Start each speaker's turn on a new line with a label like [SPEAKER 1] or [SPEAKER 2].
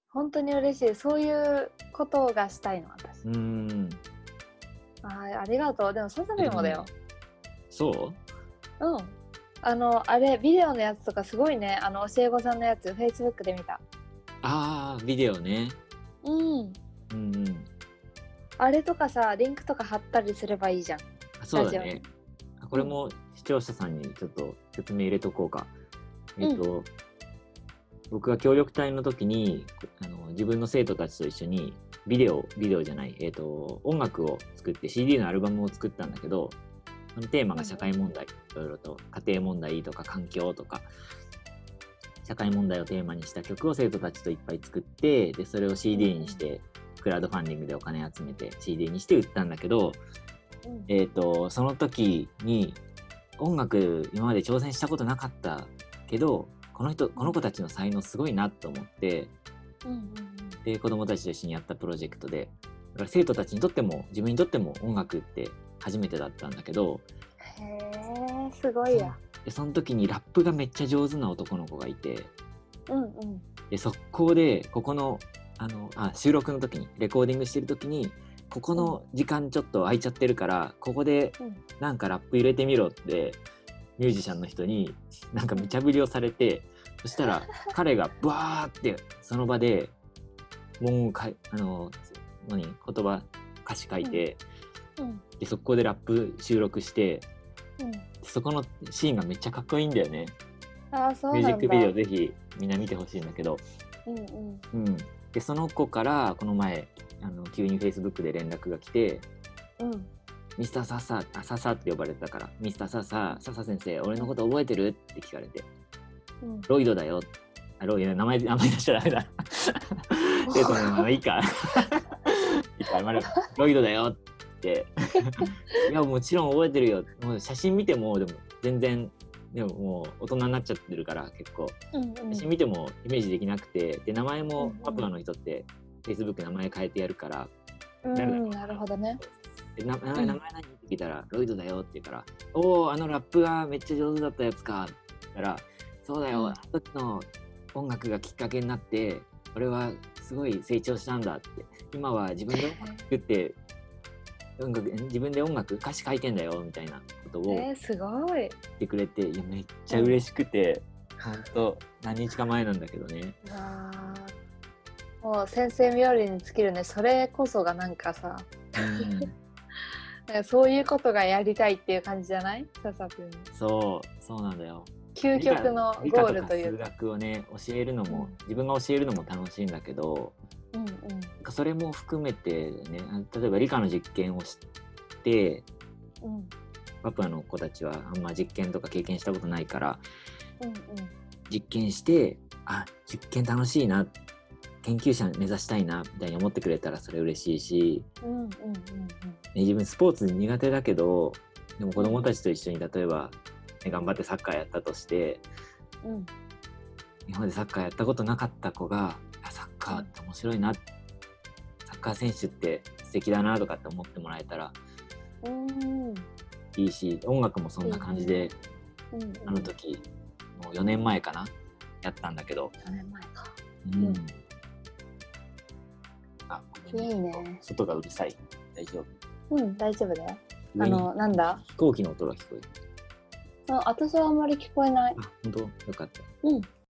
[SPEAKER 1] 本当に嬉しい。そういうことがしたいの、私。ありがとう。でもささみもだよ。
[SPEAKER 2] そう？
[SPEAKER 1] うん。あれビデオのやつとかすごいね。教え子さんのやつ Facebook で見た。
[SPEAKER 2] ビデオね。
[SPEAKER 1] あれとかさ、リンクとか貼ったりすればいいじゃん。
[SPEAKER 2] そうだね。これも視聴者さんにちょっと説明入れとこうか。僕が協力隊の時に自分の生徒たちと一緒にビデオじゃない、音楽を作って CD のアルバムを作ったんだけど、そのテーマが社会問題、いろいろと家庭問題とか環境とか社会問題をテーマにした曲を生徒たちといっぱい作って、でそれを CD にしてクラウドファンディングでお金集めて CD にして売ったんだけど、その時に音楽今まで挑戦したことなかったけど、この子たちの才能すごいなと思って、で子どもたちと一緒にやったプロジェクトで、だから生徒たちにとっても自分にとっても音楽って初めてだったんだけど、
[SPEAKER 1] すごいや。
[SPEAKER 2] でその時にラップがめっちゃ上手な男の子がいて、で速攻でここの収録の時にレコーディングしてる時に、ここの時間ちょっと空いちゃってるからここでなんかラップ入れてみろってミュージシャンの人になんか無茶ぶりをされて、そしたら彼がバーってその場で言葉歌詞書いて、でそこでラップ収録して、そこのシーンがめっちゃかっこいいんだよね。ミュージックビデオぜひみんな見てほしいんだけど、でその子からこの前急に Facebook で連絡が来て、ミスターササって呼ばれてたから、ミスターササ先生俺のこと覚えてるって聞かれて、ロイドだよ。名前出しちゃダメだ。生徒の名前いいか。ロイドだよっていやもちろん覚えてるよ。もう写真見てもでも全然でももう大人になっちゃってるから結構、写真見てもイメージできなくて、で名前もパプアの人って Facebook 名前変えてやるから、
[SPEAKER 1] なるほどね。
[SPEAKER 2] で名前何って聞いたらロイドだよって言うから、おおラップがめっちゃ上手だったやつかって言ったら、そうだよ、あの時の音楽がきっかけになって俺はすごい成長したんだって、今は自分で音楽作って自分で音楽歌詞書いてんだよみたいなことを
[SPEAKER 1] すごい
[SPEAKER 2] 言ってくれて、いやめっちゃ嬉しくて、ほんと何日か前なんだけどね。
[SPEAKER 1] もう先生冥利に尽きるね。それこそがなんかさ、そういうことがやりたいっていう感じじゃない？笹君。
[SPEAKER 2] そうなんだよ。
[SPEAKER 1] 究極のゴールというか。
[SPEAKER 2] 理科とか数学をね教えるのも、自分が教えるのも楽しいんだけど、それも含めてね、例えば理科の実験をして、パプアの子たちはあんま実験とか経験したことないから、実験して実験楽しいな、研究者目指したいなみたいに思ってくれたらそれ嬉しいし、自分スポーツ苦手だけどでも子どもたちと一緒に例えば、頑張ってサッカーやったとして、今までサッカーやったことなかった子がサッカーって面白いな、サッカー選手って素敵だなとかって思ってもらえたらいいし、音楽もそんな感じで、あの時もう4年前かなやったんだけど、
[SPEAKER 1] 4年前か。いいね。
[SPEAKER 2] 外がうるさい？大丈夫？
[SPEAKER 1] 大丈夫だよ。なんだ？
[SPEAKER 2] 飛行機の音が聞こえる。
[SPEAKER 1] 私はあんまり聞こえない。
[SPEAKER 2] 本当？よかった。